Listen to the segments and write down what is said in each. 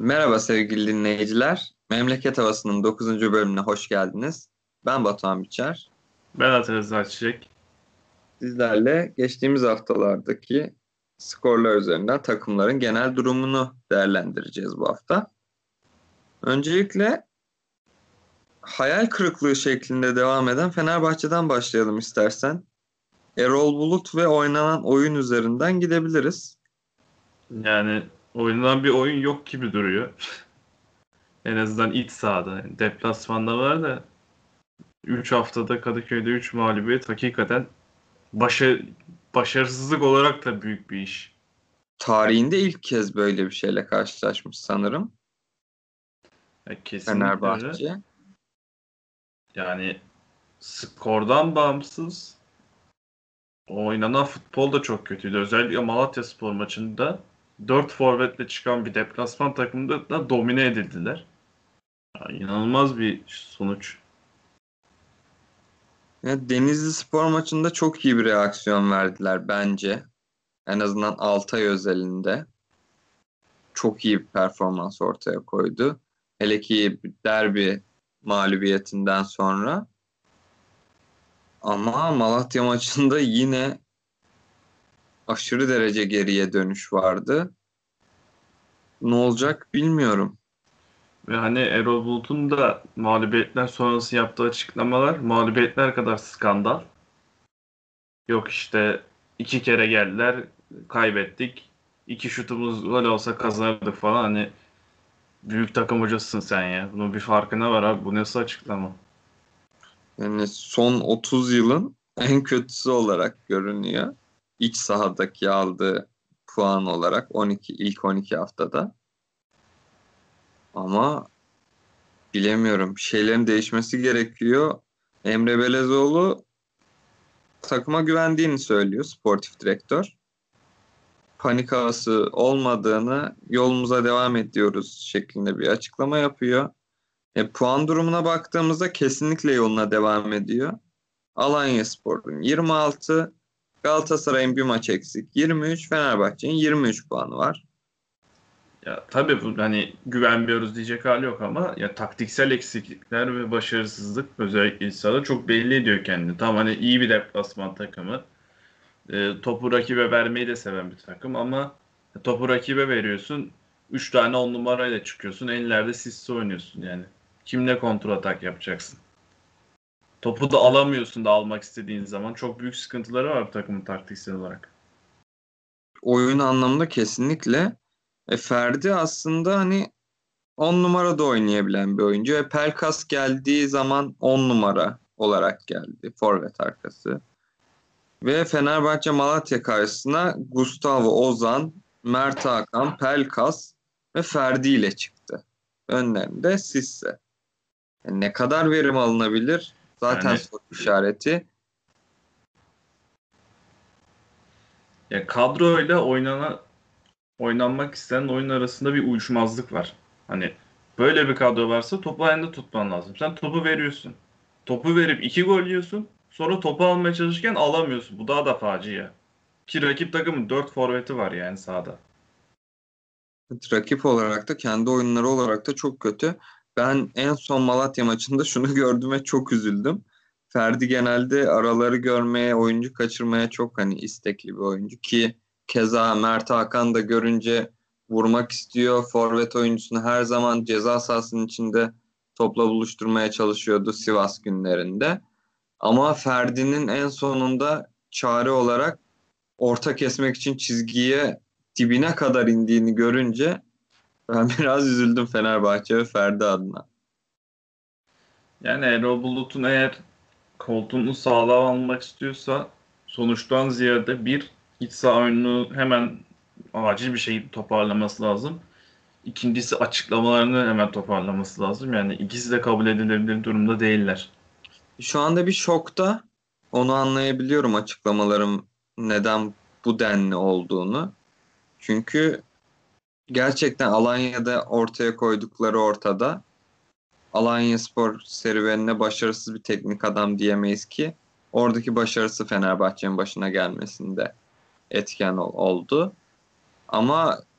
Merhaba sevgili dinleyiciler. Memleket Havası'nın 9. bölümüne hoş geldiniz. Ben Batuhan Biçer. Ben Atilla Çiçek. Sizlerle geçtiğimiz haftalardaki skorlar üzerinden takımların genel durumunu değerlendireceğiz bu hafta. Öncelikle hayal kırıklığı şeklinde devam eden Fenerbahçe'den başlayalım istersen. Erol Bulut ve oynanan oyun üzerinden gidebiliriz. Yani oynanan bir oyun yok gibi duruyor. En azından iç sahada. Yani deplasmanda var da 3 haftada Kadıköy'de 3 mağlubiyet hakikaten başa, başarısızlık olarak da büyük bir iş. Tarihinde ilk kez böyle bir şeyle karşılaşmış sanırım Ya kesinlikle öyle. Fenerbahçe. Yani skordan bağımsız oynanan futbol da çok kötüydü. Özellikle Malatyaspor maçında 4 forvetle çıkan bir deplasman takımında da domine edildiler. Ya, inanılmaz bir sonuç. Ya Denizli Spor maçında çok iyi bir reaksiyon verdiler bence. En azından Altay özelinde çok iyi bir performans ortaya koydu. Hele ki derbi mağlubiyetinden sonra. Ama Malatya maçında yine aşırı derece geriye dönüş vardı. Ne olacak bilmiyorum. Ve hani Erol Bulut'un da mağlubiyetler sonrası yaptığı açıklamalar mağlubiyetler kadar skandal. Yok işte iki kere geldiler, kaybettik. İki şutumuz gol olsa kazanırdık falan. Hani büyük takım hocasısın sen ya. Bunun bir farkına var abi. Bu nasıl açıklama? Yani son 30 yılın en kötüsü olarak görünüyor. İç sahadaki aldığı puan olarak ilk 12 haftada. Ama bilemiyorum. Bir şeylerin değişmesi gerekiyor. Emre Belezoğlu takıma güvendiğini söylüyor sportif direktör. Panik havası olmadığını, yolumuza devam ediyoruz şeklinde bir açıklama yapıyor. Puan durumuna baktığımızda kesinlikle yoluna devam ediyor. Alanyaspor'un 26, Galatasaray'ın bir maç eksik 23, Fenerbahçe'nin 23 puanı var. Ya tabii bu hani güvenmiyoruz diyecek hali yok ama ya taktiksel eksiklikler ve başarısızlık özellikle iç sahada çok belli ediyor kendini. Tam hani iyi bir deplasman takımı. Topu rakibe vermeyi de seven bir takım ama topu rakibe veriyorsun. 3 tane 10 numarayla çıkıyorsun. Ellerde sisli oynuyorsun yani. Kimle kontrol atak yapacaksın? Topu da alamıyorsun da almak istediğin zaman. Çok büyük sıkıntıları var bu takımın taktiksel olarak. Oyun anlamında kesinlikle. Ferdi aslında hani 10 numara da oynayabilen bir oyuncu. Pelkas geldiği zaman 10 numara olarak geldi. Forvet arkası. Ve Fenerbahçe Malatya karşısına Gustavo Ozan, Mert Hakan, Pelkas ve Ferdi ile çıktı. Önlerinde Sisse. Ne kadar verim alınabilir? Zaten Yani soru işareti. ya kadroyla oynanmak istenen oyun arasında bir uyuşmazlık var. Hani böyle bir kadro varsa topu ayağında tutman lazım. Sen topu veriyorsun. Topu verip 2 gol yiyorsun. Sonra topu almaya çalışırken alamıyorsun. Bu daha da facia. Ki rakip takımın 4 forveti var yani sahada. Rakip olarak da kendi oyunları olarak da çok kötü. Ben en son Malatya maçında şunu gördüm ve çok üzüldüm. Ferdi genelde araları görmeye, oyuncu kaçırmaya çok hani istekli bir oyuncu ki keza Mert Hakan da görünce vurmak istiyor. Forvet oyuncusunu her zaman ceza sahasının içinde topla buluşturmaya çalışıyordu Sivas günlerinde. Ama Ferdi'nin en sonunda çare olarak orta kesmek için çizgiye dibine kadar indiğini görünce ben biraz üzüldüm Fenerbahçe ve Ferdi adına. Yani Erol Bulut'un eğer koltuğunu sağlam almak istiyorsa sonuçtan ziyade bir iç saha oyununu hemen acil bir şey toparlaması lazım. İkincisi açıklamalarını hemen toparlaması lazım. Yani ikisi de kabul edilebilir durumda değiller. Şu anda bir şokta, onu anlayabiliyorum açıklamalarım neden bu denli olduğunu. Çünkü gerçekten Alanya'da ortaya koydukları ortada. Alanyaspor serüvenine başarısız bir teknik adam diyemeyiz ki. Oradaki başarısı Fenerbahçe'nin başına gelmesinde etken oldu. Ama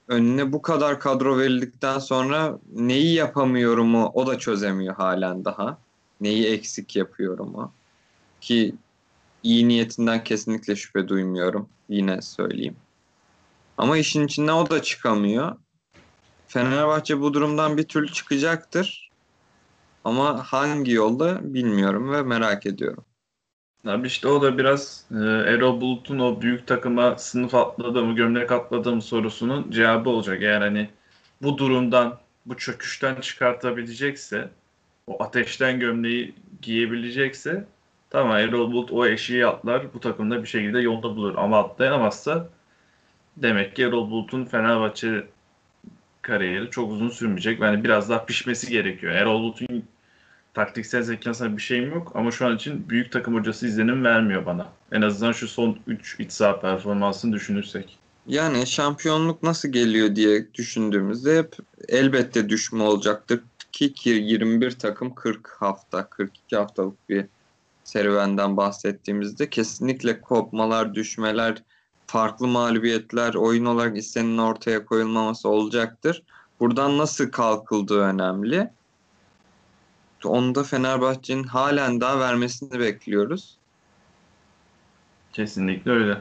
önüne bu kadar kadro verildikten sonra neyi yapamıyorumu o da çözemiyor halen daha. Neyi eksik yapıyorumu. Ki iyi niyetinden kesinlikle şüphe duymuyorum. Yine söyleyeyim. Ama işin içinden o da çıkamıyor. Fenerbahçe bu durumdan bir türlü çıkacaktır. Ama hangi yolda bilmiyorum ve merak ediyorum. Abi işte o da biraz Erol Bulut'un o büyük takıma sınıf atladı mı, gömlek atladı mı sorusunun cevabı olacak. Eğer hani bu durumdan, bu çöküşten çıkartabilecekse, o ateşten gömleği giyebilecekse tamam, Erol Bulut o eşiği atlar, bu takımda bir şekilde yolda bulur. Ama atlayamazsa demek ki Erol Bulut'un Fenerbahçe kariyeri çok uzun sürmeyecek. Yani biraz daha pişmesi gerekiyor. Erol Bulut'un taktiksel zekasına bir şeyim yok ama şu an için büyük takım hocası izlenim vermiyor bana. En azından şu son 3 iç saha performansını düşünürsek. Yani şampiyonluk nasıl geliyor diye düşündüğümüzde hep elbette düşme olacaktır ki 21 takım 40 hafta, 42 haftalık bir serüvenden bahsettiğimizde kesinlikle kopmalar, düşmeler, farklı mağlubiyetler, oyun olarak istenenin ortaya koyulmaması olacaktır. Buradan nasıl kalkıldığı önemli. Onu da Fenerbahçe'nin halen daha vermesini bekliyoruz. Kesinlikle öyle.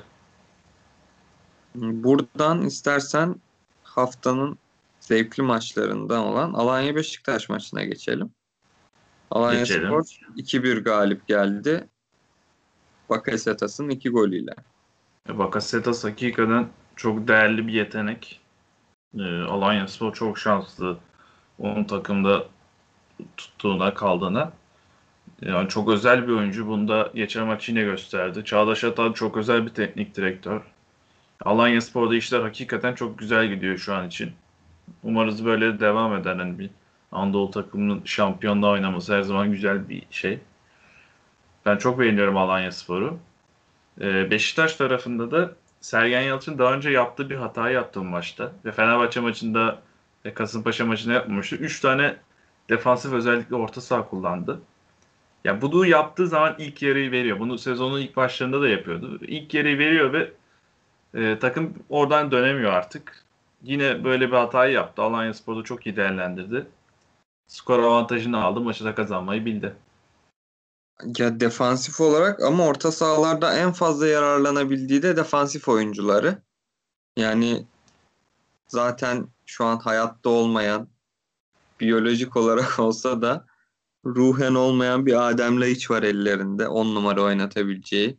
Buradan istersen haftanın zevkli maçlarından olan Alanya Beşiktaş maçına geçelim. Geçelim. Alanyaspor 2-1 galip geldi. Bakasetas'ın 2 golüyle. Bakasetas hakikaten çok değerli bir yetenek. Alanyaspor çok şanslı. Onun takımda tuttuğuna, kaldığına. Yani çok özel bir oyuncu. Bunu da geçen maç yine gösterdi. Çağdaş Atan çok özel bir teknik direktör. Alanyaspor'da işler hakikaten çok güzel gidiyor şu an için. Umarız böyle devam eder. Hani bir Anadolu takımının şampiyonluğa oynaması her zaman güzel bir şey. Ben çok beğeniyorum Alanyaspor'u. Beşiktaş tarafında da Sergen Yalçın daha önce yaptığı bir hata yaptı bu maçta. Ve Fenerbahçe maçında ve Kasımpaşa maçında yapmamıştı. 3 tane defansif özellikle orta saha kullandı. Ya bunu yaptığı zaman ilk yarıyı veriyor. Bunu sezonun ilk başlarında da yapıyordu. İlk yarıyı veriyor ve takım oradan dönemiyor artık. Yine böyle bir hatayı yaptı. Alanyaspor'u çok iyi değerlendirdi. Skor avantajını aldı. Maçı da kazanmayı bildi. Ya defansif olarak ama orta sahalarda en fazla yararlanabildiği de defansif oyuncuları. Yani zaten şu an hayatta olmayan, biyolojik olarak olsa da ruhen olmayan bir Adem Laiç var ellerinde. 10 numara oynatabileceği.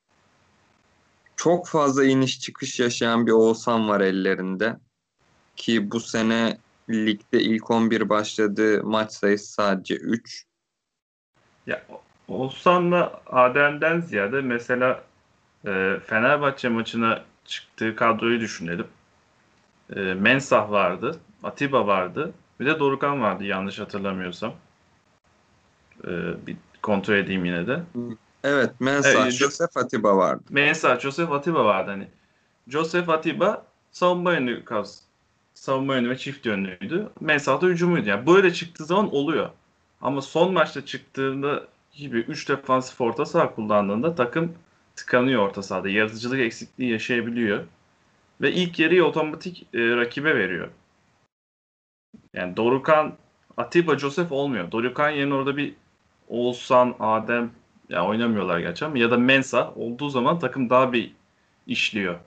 Çok fazla iniş çıkış yaşayan bir Oğuzhan var ellerinde. Ki bu sene ligde ilk 11 başladığı maç sayısı sadece 3. Ya Oğuzhan'la Adem'den ziyade mesela Fenerbahçe maçına çıktığı kadroyu düşünelim. Mensah vardı, Atiba vardı, bir de Dorukhan vardı yanlış hatırlamıyorsam. Bir kontrol edeyim yine de. Evet, Mensah, Evet, Josef Atiba vardı. Mensah, Josef Atiba vardı hani. Josef Atiba savunma yönlü savunma yönlü ve çift yönlüydü. Mensah da hücumuydu. Yani böyle çıktığı zaman oluyor. Ama son maçta çıktığında gibi 3 defansif orta saha kullandığında takım tıkanıyor orta sahada. Yaratıcılık eksikliği yaşayabiliyor. Ve ilk yarıyı otomatik rakibe veriyor. Yani Dorukhan, Atiba, Josef olmuyor. Dorukhan yerine orada bir Oğuzhan, Adem ya oynamıyorlar gerçi ama ya da Mensah olduğu zaman takım daha bir işliyor.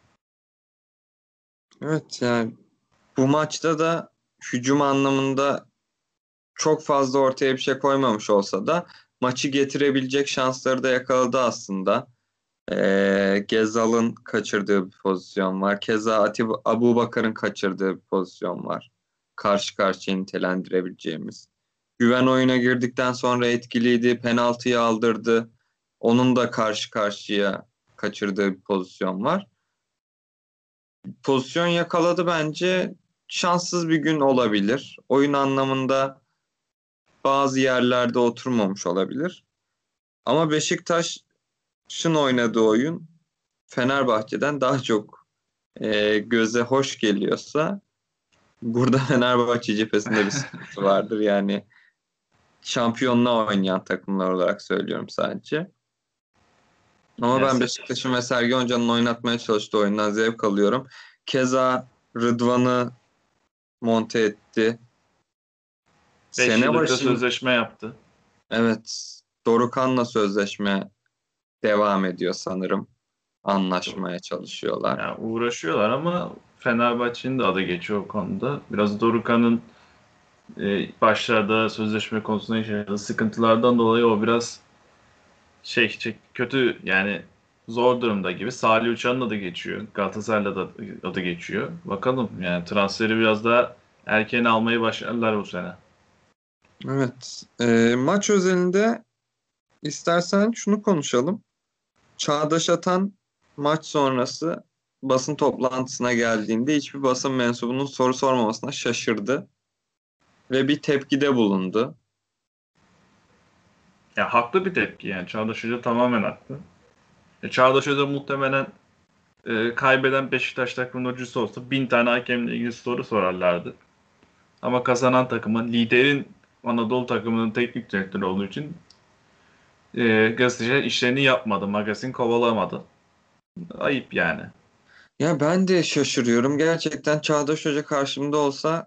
Evet, yani bu maçta da hücum anlamında çok fazla ortaya bir şey koymamış olsa da maçı getirebilecek şansları da yakaladı aslında. Gezal'ın kaçırdığı bir pozisyon var. Keza Atiba, Abubakar'ın kaçırdığı bir pozisyon var. Karşı karşıya nitelendirebileceğimiz. Güven oyuna girdikten sonra etkiliydi. Penaltıyı aldırdı. Onun da karşı karşıya kaçırdığı bir pozisyon var. Pozisyon yakaladı bence. Şanssız bir gün olabilir. Oyun anlamında bazı yerlerde oturmamış olabilir. Ama Beşiktaş'ın oynadığı oyun Fenerbahçe'den daha çok göze hoş geliyorsa burada Fenerbahçe cephesinde bir sıkıntı vardır. Yani şampiyonluğa oynayan takımlar olarak söylüyorum sadece. Ama Ya, ben Beşiktaş'ın ve Sergen Hoca'nın oynatmaya çalıştığı oyundan zevk alıyorum. Keza Rıdvan'ı monte etti. 5 Sene yıllık da başın sözleşme yaptı. evet, Dorukhan'la sözleşme devam ediyor sanırım. Anlaşmaya çalışıyorlar. Yani uğraşıyorlar ama Fenerbahçe'nin de adı geçiyor o konuda. Biraz Dorukhan'ın başlarda sözleşme konusunda yaşadığı sıkıntılardan dolayı o biraz kötü yani zor durumda gibi. Salih Uçan'ın adı geçiyor. Galatasaray'la da adı geçiyor. Bakalım yani transferi biraz daha erken almayı başarırlar bu sene. Evet. Maç özelinde istersen şunu konuşalım. Çağdaş Atan maç sonrası basın toplantısına geldiğinde hiçbir basın mensubunun soru sormamasına şaşırdı ve bir tepkide bulundu. Ya haklı bir tepki yani. Çağdaş Hoca tamamen haklı. Çağdaş Hoca muhtemelen kaybeden Beşiktaş takımının hocası olsa 1000 tane hakemle ilgili soru sorarlardı. Ama kazanan takımın, liderin Anadolu takımının teknik direktörü olduğu için gazeteciler işlerini yapmadı. Magazin kovalamadı. Ayıp yani. Ya ben de şaşırıyorum. Gerçekten Çağdaş Hoca karşımda olsa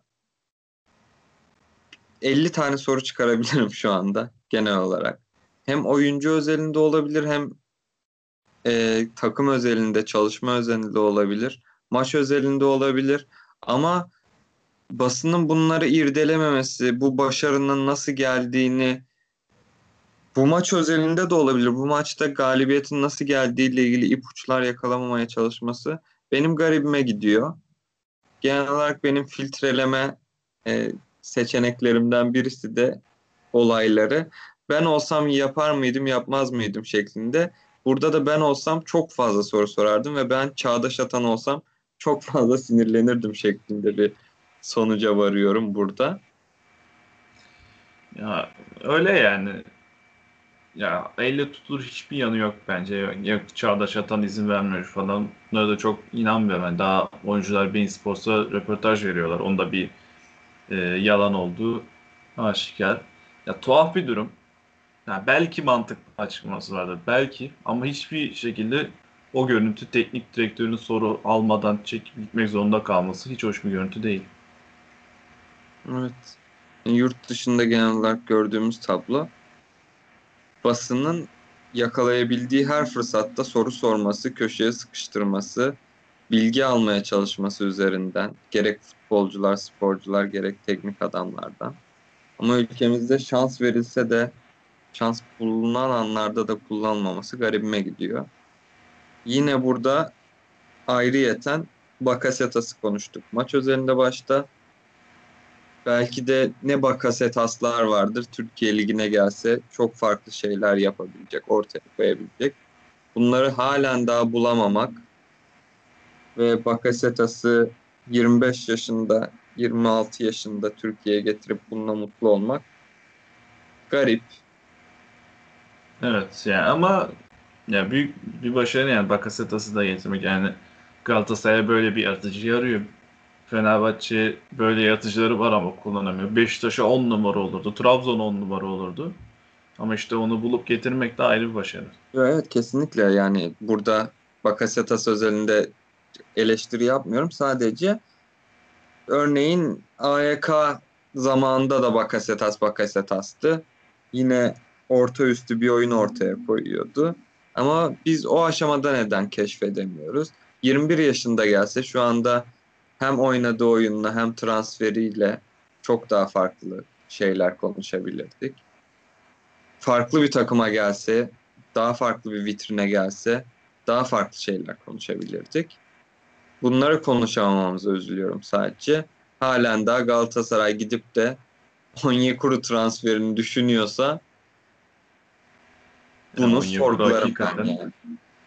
50 tane soru çıkarabilirim şu anda genel olarak. Hem oyuncu özelinde olabilir hem takım özelinde, çalışma özelinde olabilir. Maç özelinde olabilir. Ama basının bunları irdelememesi, bu başarının nasıl geldiğini, bu maç özelinde de olabilir. Bu maçta galibiyetin nasıl geldiğiyle ilgili ipuçlar yakalamamaya çalışması benim garibime gidiyor. Genel olarak benim filtreleme e, seçeneklerimden birisi de olayları. Ben olsam yapar mıydım, yapmaz mıydım şeklinde. Burada da ben olsam çok fazla soru sorardım ve ben Çağdaş Atan olsam çok fazla sinirlenirdim şeklinde bir sonuca varıyorum burada. Ya öyle yani. Ya elle tutulur hiçbir yanı yok bence. Yok Çağdaş Atan izin vermiyor falan. Bunlara da çok inanmıyorum. Yani daha oyuncular Bein Sports'a röportaj veriyorlar. Onda bir yalan olduğu aşikar. Ya tuhaf bir durum. Ya belki mantıklı açıklaması vardır. Belki ama hiçbir şekilde o görüntü teknik direktörün soru almadan çekip gitmek zorunda kalması hiç hoş bir görüntü değil. Evet. Yurt dışında genel olarak gördüğümüz tablo basının yakalayabildiği her fırsatta soru sorması, köşeye sıkıştırması, bilgi almaya çalışması üzerinden gerek futbolcular, sporcular gerek teknik adamlardan. Ama ülkemizde şans verilse de şans bulunan anlarda da kullanmaması garibime gidiyor. Yine burada ayrıyeten Bakasetas'ı konuştuk. Maç özelinde başta belki de ne Bakasetaslar vardır. Türkiye Ligi'ne gelse çok farklı şeyler yapabilecek, ortaya koyabilecek. Bunları halen daha bulamamak ve Bakasetas'ı 25 yaşında, 26 yaşında Türkiye'ye getirip bununla mutlu olmak garip. Evet yani ama ya büyük bir başarı yani Bakasetas'ı da getirmek yani Galatasaray'a böyle bir yaratıcı arıyor. Fenerbahçe böyle yaratıcıları var ama kullanamıyor. Beşiktaş'a 10 numara olurdu. Trabzon'a 10 numara olurdu. Ama işte onu bulup getirmek de ayrı bir başarı. Evet, kesinlikle yani burada Bakasetas özelinde eleştiri yapmıyorum. Sadece örneğin AYK zamanında da Bakasetas'tı. Yine orta üstü bir oyun ortaya koyuyordu. Ama biz o aşamada neden keşfedemiyoruz? 21 yaşında gelse şu anda hem oynadığı oyunla hem transferiyle çok daha farklı şeyler konuşabilirdik. Farklı bir takıma gelse, daha farklı bir vitrine gelse daha farklı şeyler konuşabilirdik. Bunları konuşamamamıza üzülüyorum sadece. Halen daha Galatasaray gidip de Onyekuru transferini düşünüyorsa Yani bunu Onyekuru sorgularım ben hakikaten yani.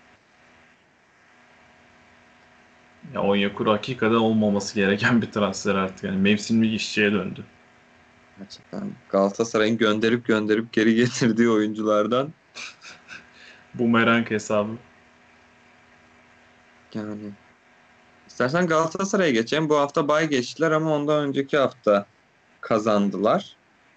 ya Onyekuru hakikaten olmaması gereken bir transfer artık. Yani mevsimlik işçiye döndü. Gerçekten Galatasaray'ın gönderip gönderip geri getirdiği oyunculardan Bumerang hesabı. yani. İstersen Galatasaray'a geçelim. Bu hafta bay geçtiler ama ondan önceki hafta kazandılar.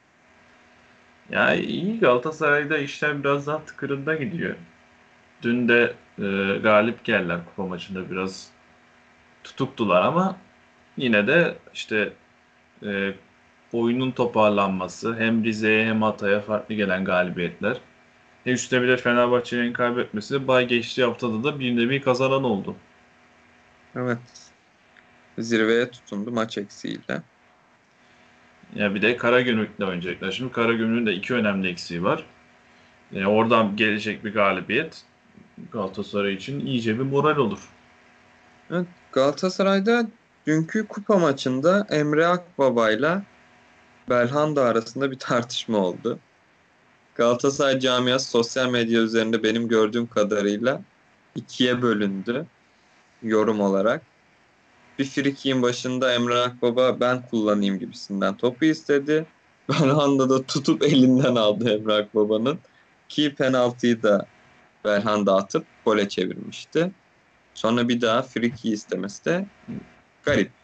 Ya iyi Galatasaray'da işler biraz daha tıkırında gidiyor. Dün de galip geldiler kupa maçında biraz tutuktular ama yine de işte e, oyunun toparlanması, hem Rize'ye hem Hatay'a farklı gelen galibiyetler. Üstüne bir de Fenerbahçe'nin kaybetmesi bay geçtiği haftada da bir nevi kazanan oldu. Evet. Zirveye tutundu maç eksiğiyle. Ya bir de Karagümrük'le oynayacaklar. Şimdi Karagümrük'ün de iki önemli eksiği var. Oradan gelecek bir galibiyet Galatasaray için iyice bir moral olur. Evet, Galatasaray'da dünkü kupa maçında Emre Akbaba'yla Belhanda arasında bir tartışma oldu. Galatasaray camiası sosyal medya üzerinde benim gördüğüm kadarıyla ikiye bölündü yorum olarak. Bir frikiğin başında Emre Akbaba ben kullanayım gibisinden topu istedi. Belhanda da tutup elinden aldı Emre Akbaba'nın. Ki penaltıyı da Belhanda atıp gole çevirmişti. Sonra bir daha friki istemesi de garip.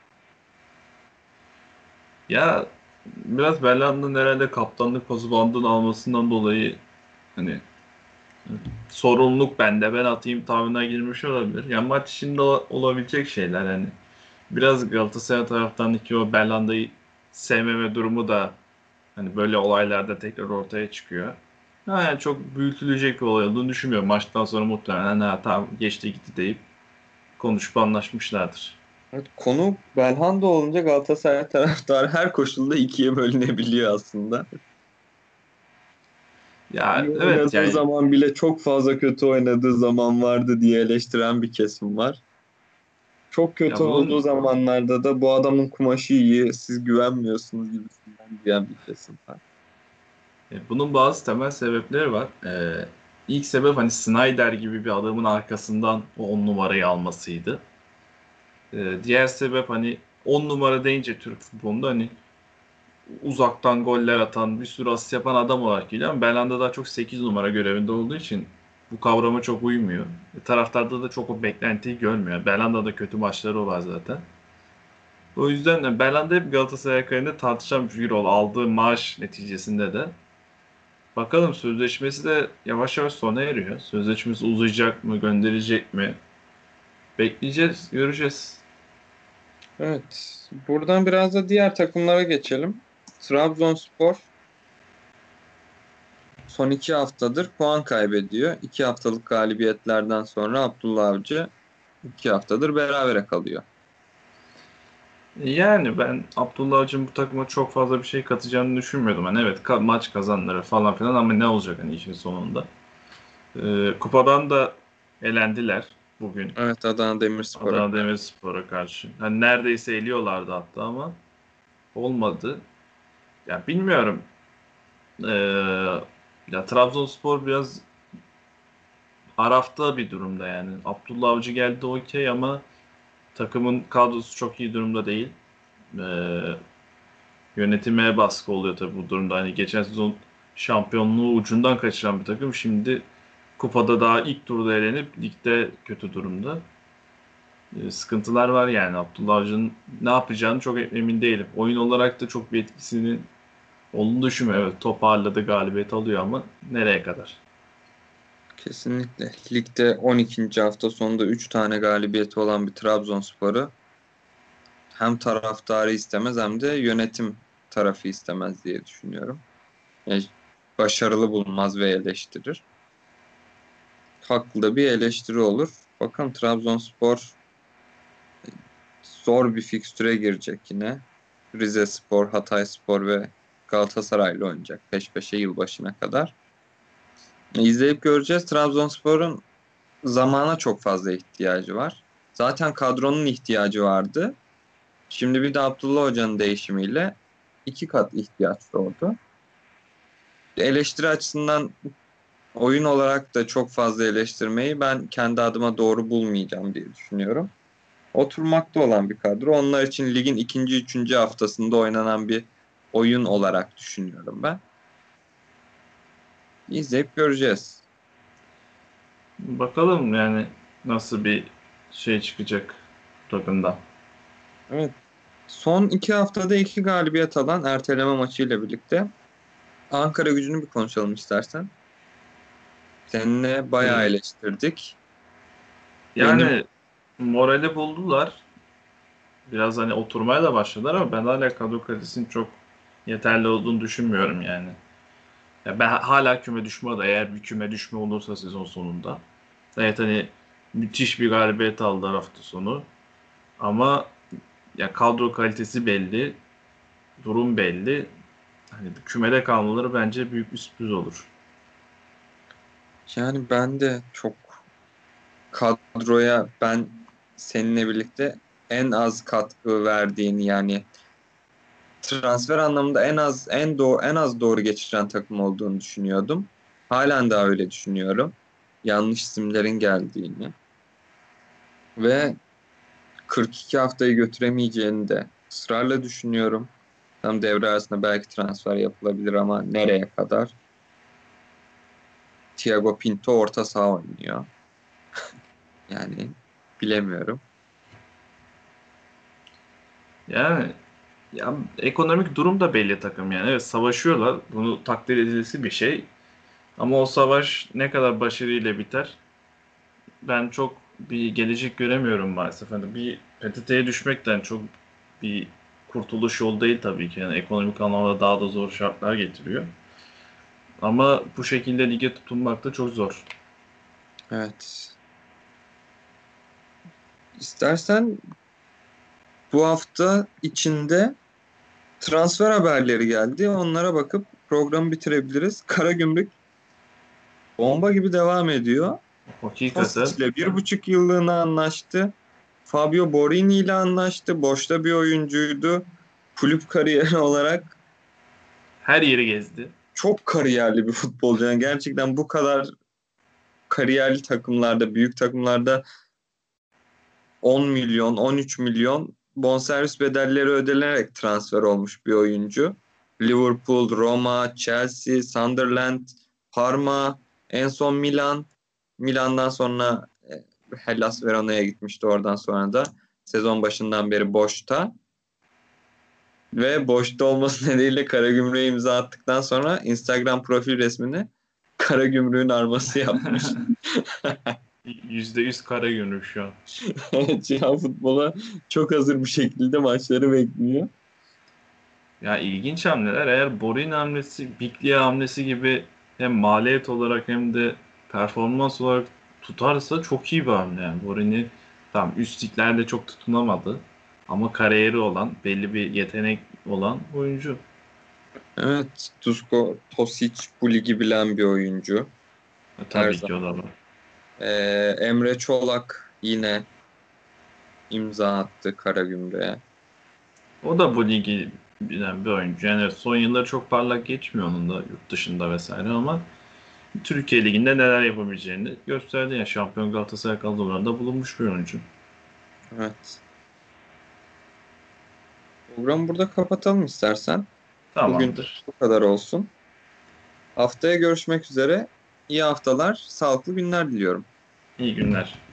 Ya biraz Belhanda'nın herhalde kaptanlık pası bandını almasından dolayı hani sorumluluk bende, ben atayım tavrına girmiş olabilir. Yani maç içinde olabilecek şeyler hani. Biraz Galatasaray taraftarındaki o Belhanda'yı sevmeme durumu da hani böyle olaylarda tekrar ortaya çıkıyor. Ha, yani çok büyütülecek bir olay olduğunu düşünmüyorum. Maçtan sonra muhtemelen ha, tamam geçti gitti deyip konuşup anlaşmışlardır. Evet, konu Belhanda olunca Galatasaray taraftarı her koşulda ikiye bölünebiliyor aslında. İyi Ya evet oynadığı yani zaman bile çok fazla kötü oynadığı zaman vardı diye eleştiren bir kesim var. Çok kötü ya olduğu bunun zamanlarda da bu adamın kumaşı iyi, siz güvenmiyorsunuz gibisinden diyen bir kesim var. bunun bazı temel sebepleri var. İlk sebep hani Snyder gibi bir adamın arkasından o 10 numarayı almasıydı. Diğer sebep hani 10 numara deyince Türk futbolunda hani uzaktan goller atan, bir sürü asist yapan adam olarak geliyor ama Belhanda daha çok 8 numara görevinde olduğu için bu kavrama çok uymuyor. Taraftarda da çok o beklentiyi görmüyor. Belhanda'da kötü maçları var zaten. O yüzden Belhanda hep Galatasaray kariyerinde tartışan bir figür oldu. Aldığı maaş neticesinde de. Bakalım sözleşmesi de yavaş yavaş sona eriyor. Sözleşmesi uzayacak mı, gönderecek mi? Bekleyeceğiz, göreceğiz. Evet, buradan biraz da diğer takımlara geçelim. Trabzonspor son 2 haftadır puan kaybediyor. 2 haftalık galibiyetlerden sonra Abdullah Avcı 2 haftadır berabere kalıyor. Yani ben Abdullah Avcı'nın bu takıma çok fazla bir şey katacağını düşünmüyordum. Hani evet maç kazanları falan filan ama ne olacak hani işin sonunda. Kupadan da elendiler bugün Evet, Adana Demirspor'a Adana karşı. Demirspor'a karşı. Hani neredeyse eliyorlardı hatta ama olmadı. Ya bilmiyorum. Ee, Ya Trabzonspor biraz arafta bir durumda yani. Abdullah Avcı geldi okey ama takımın kadrosu çok iyi durumda değil. Ee, Yönetime baskı oluyor tabii bu durumda. Hani geçen sezon şampiyonluğu ucundan kaçıran bir takım. Şimdi kupada daha ilk turda elenip ligde kötü durumda. Sıkıntılar var yani. Abdullah Avcı'nın ne yapacağını çok emin değilim. Oyun olarak da çok bir etkisinin olduğunu düşünmüyorum. Evet toparladı, galibiyet alıyor ama nereye kadar? Kesinlikle. Ligde 12. hafta sonunda 3 tane galibiyeti olan bir Trabzonspor'u hem taraftarı istemez hem de yönetim tarafı istemez diye düşünüyorum. Yani başarılı bulmaz ve eleştirir. Haklı da bir eleştiri olur. Bakalım Trabzonspor zor bir fikstüre girecek yine. Rizespor, Hatayspor ve Galatasaray'la oynayacak peş peşe yılbaşına kadar. İzleyip göreceğiz. Trabzonspor'un zamana çok fazla ihtiyacı var. Zaten kadronun ihtiyacı vardı. Şimdi bir de Abdullah Hoca'nın değişimiyle 2 kat ihtiyaç doğdu. Eleştiri açısından oyun olarak da çok fazla eleştirmeyi ben kendi adıma doğru bulmayacağım diye düşünüyorum. Oturmakta olan bir kadro. Onlar için ligin ikinci, üçüncü haftasında oynanan bir oyun olarak düşünüyorum ben. İzleyip göreceğiz. Bakalım yani nasıl bir şey çıkacak takımdan. Evet. Son 2 haftada 2 galibiyet alan erteleme maçıyla birlikte Ankara Gücü'nü bir konuşalım istersen. Seninle bayağı Ee, eleştirdik. Benim Yani morali buldular. biraz hani oturmaya da başladılar ama ben hala kadro kalitesinin çok yeterli olduğunu düşünmüyorum yani. Ya ben hala küme düşme da eğer bir küme düşme olursa sezon sonunda. Evet hani müthiş bir galibiyet aldılar hafta sonu. Ama ya kadro kalitesi belli, durum belli. Hani kümede kalmaları bence büyük bir sürpriz olur. Yani ben de çok kadroya ben seninle birlikte en az katkı verdiğini yani transfer anlamında en az doğru geçiren takım olduğunu düşünüyordum. Halen daha öyle düşünüyorum. Yanlış isimlerin geldiğini ve 42 haftayı götüremeyeceğini de ısrarla düşünüyorum. Tam devre arasında belki transfer yapılabilir ama nereye kadar? Thiago Pinto orta saha oynuyor. Yani bilemiyorum. Yani ya ekonomik durum da belli takım yani. Evet savaşıyorlar. Bunu takdir edilesi bir şey. Ama o savaş ne kadar başarıyla biter ben çok bir gelecek göremiyorum maalesef. Hani bir PTT'ye düşmekten çok bir kurtuluş yolu değil tabii ki. Yani ekonomik anlamda daha da zor şartlar getiriyor. Ama bu şekilde lige tutunmak da çok zor. Evet. İstersen bu hafta içinde transfer haberleri geldi. Onlara bakıp programı bitirebiliriz. Karagümrük bomba gibi devam ediyor. Hakikaten Kostic'le 1,5 yıllığına anlaştı. Fabio Borini ile anlaştı. Boşta bir oyuncuydu. Kulüp kariyeri olarak her yeri gezdi. çok kariyerli bir futbolcu. Yani gerçekten bu kadar kariyerli takımlarda, büyük takımlarda 10 milyon, 13 milyon bonservis bedelleri ödenerek transfer olmuş bir oyuncu. Liverpool, Roma, Chelsea, Sunderland, Parma, en son Milan. Milan'dan sonra Hellas Verona'ya gitmişti oradan sonra da sezon başından beri boşta. Ve boşta olması nedeniyle Karagümrük'e imza attıktan sonra Instagram profil resmini Karagümrük'ün arması yapmış. %100 Karagümrük şu an. Cihan futbola çok hazır bir şekilde maçları bekliyor. Ya ilginç hamleler. Eğer Borin hamlesi, Biglia hamlesi gibi hem maliyet olarak hem de performans olarak tutarsa çok iyi bir hamle. Yani Borin'i tam üst liglerde çok tutunamadı. Ama kariyeri olan, belli bir yetenek olan oyuncu. Evet, Dusko Tosic bu ligi bilen bir oyuncu. Her Tabii ki o zaman. da var. Emre Çolak yine imza attı Karagümrük'e. O da bu ligi bilen bir oyuncu. Yani evet, son yılları çok parlak geçmiyor onun da yurt dışında vesaire ama Türkiye Ligi'nde neler yapabileceğini gösterdi. Yani şampiyon Galatasaray kadrolarında bulunmuş bir oyuncu. Evet. Programı burada kapatalım istersen. Bugün Tamamdır. bu kadar olsun. Haftaya görüşmek üzere. İyi haftalar, sağlıklı günler diliyorum. İyi günler.